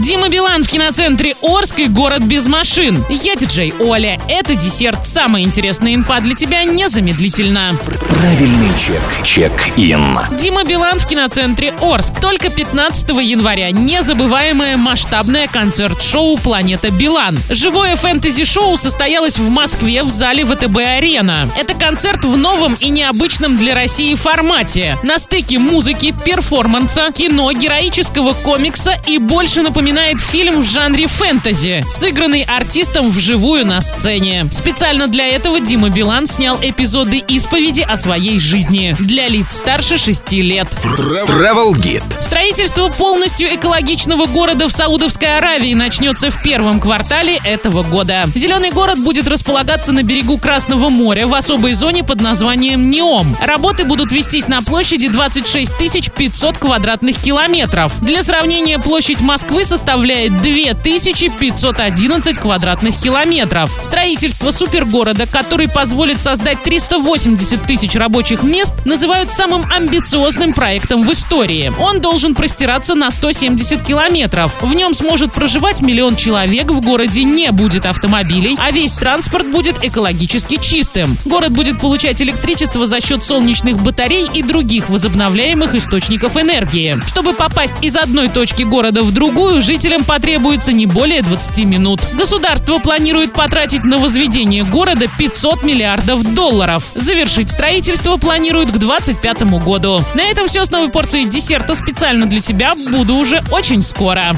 Дима Билан в киноцентре Орск и город без машин. Я диджей Оля. Это десерт. Самая интересная инфа для тебя незамедлительно. Правильный чек. Чек-ин. Дима Билан в киноцентре Орск. Только 15 января. Незабываемое масштабное концерт-шоу «Планета Билан». Живое фэнтези-шоу состоялось в Москве в зале ВТБ-арена. Это концерт в новом и необычном для России формате. На стыке музыки, перформанса, кино, героического комикса и больше напоминает фильм в жанре фэнтези, сыгранный артистом вживую на сцене. Специально для этого Дима Билан снял эпизоды исповеди о своей жизни для лиц старше 6 лет. Travel Guide. Строительство полностью экологичного города в Саудовской Аравии начнется в первом квартале этого года. Зеленый город будет располагаться на берегу Красного моря в особой зоне под названием Неом. Работы будут вестись на площади 26 500 квадратных километров. Для сравнения, площадь Москвы составляет 2511 квадратных километров. Строительство супергорода, который позволит создать 380 тысяч рабочих мест, называют самым амбициозным проектом в истории. Он должен простираться на 170 километров. В нем сможет проживать 1 миллион человек, в городе не будет автомобилей, а весь транспорт будет экологически чистым. Город будет получать электричество за счет солнечных батарей и других возобновляемых источников энергии. Чтобы попасть из одной точки города в другую, жителям потребуется не более 20 минут. Государство планирует потратить на возведение города $500 миллиардов. Завершить строительство планируют к 2025 году. На этом все с новой порцией десерта специально для тебя. Буду уже очень скоро.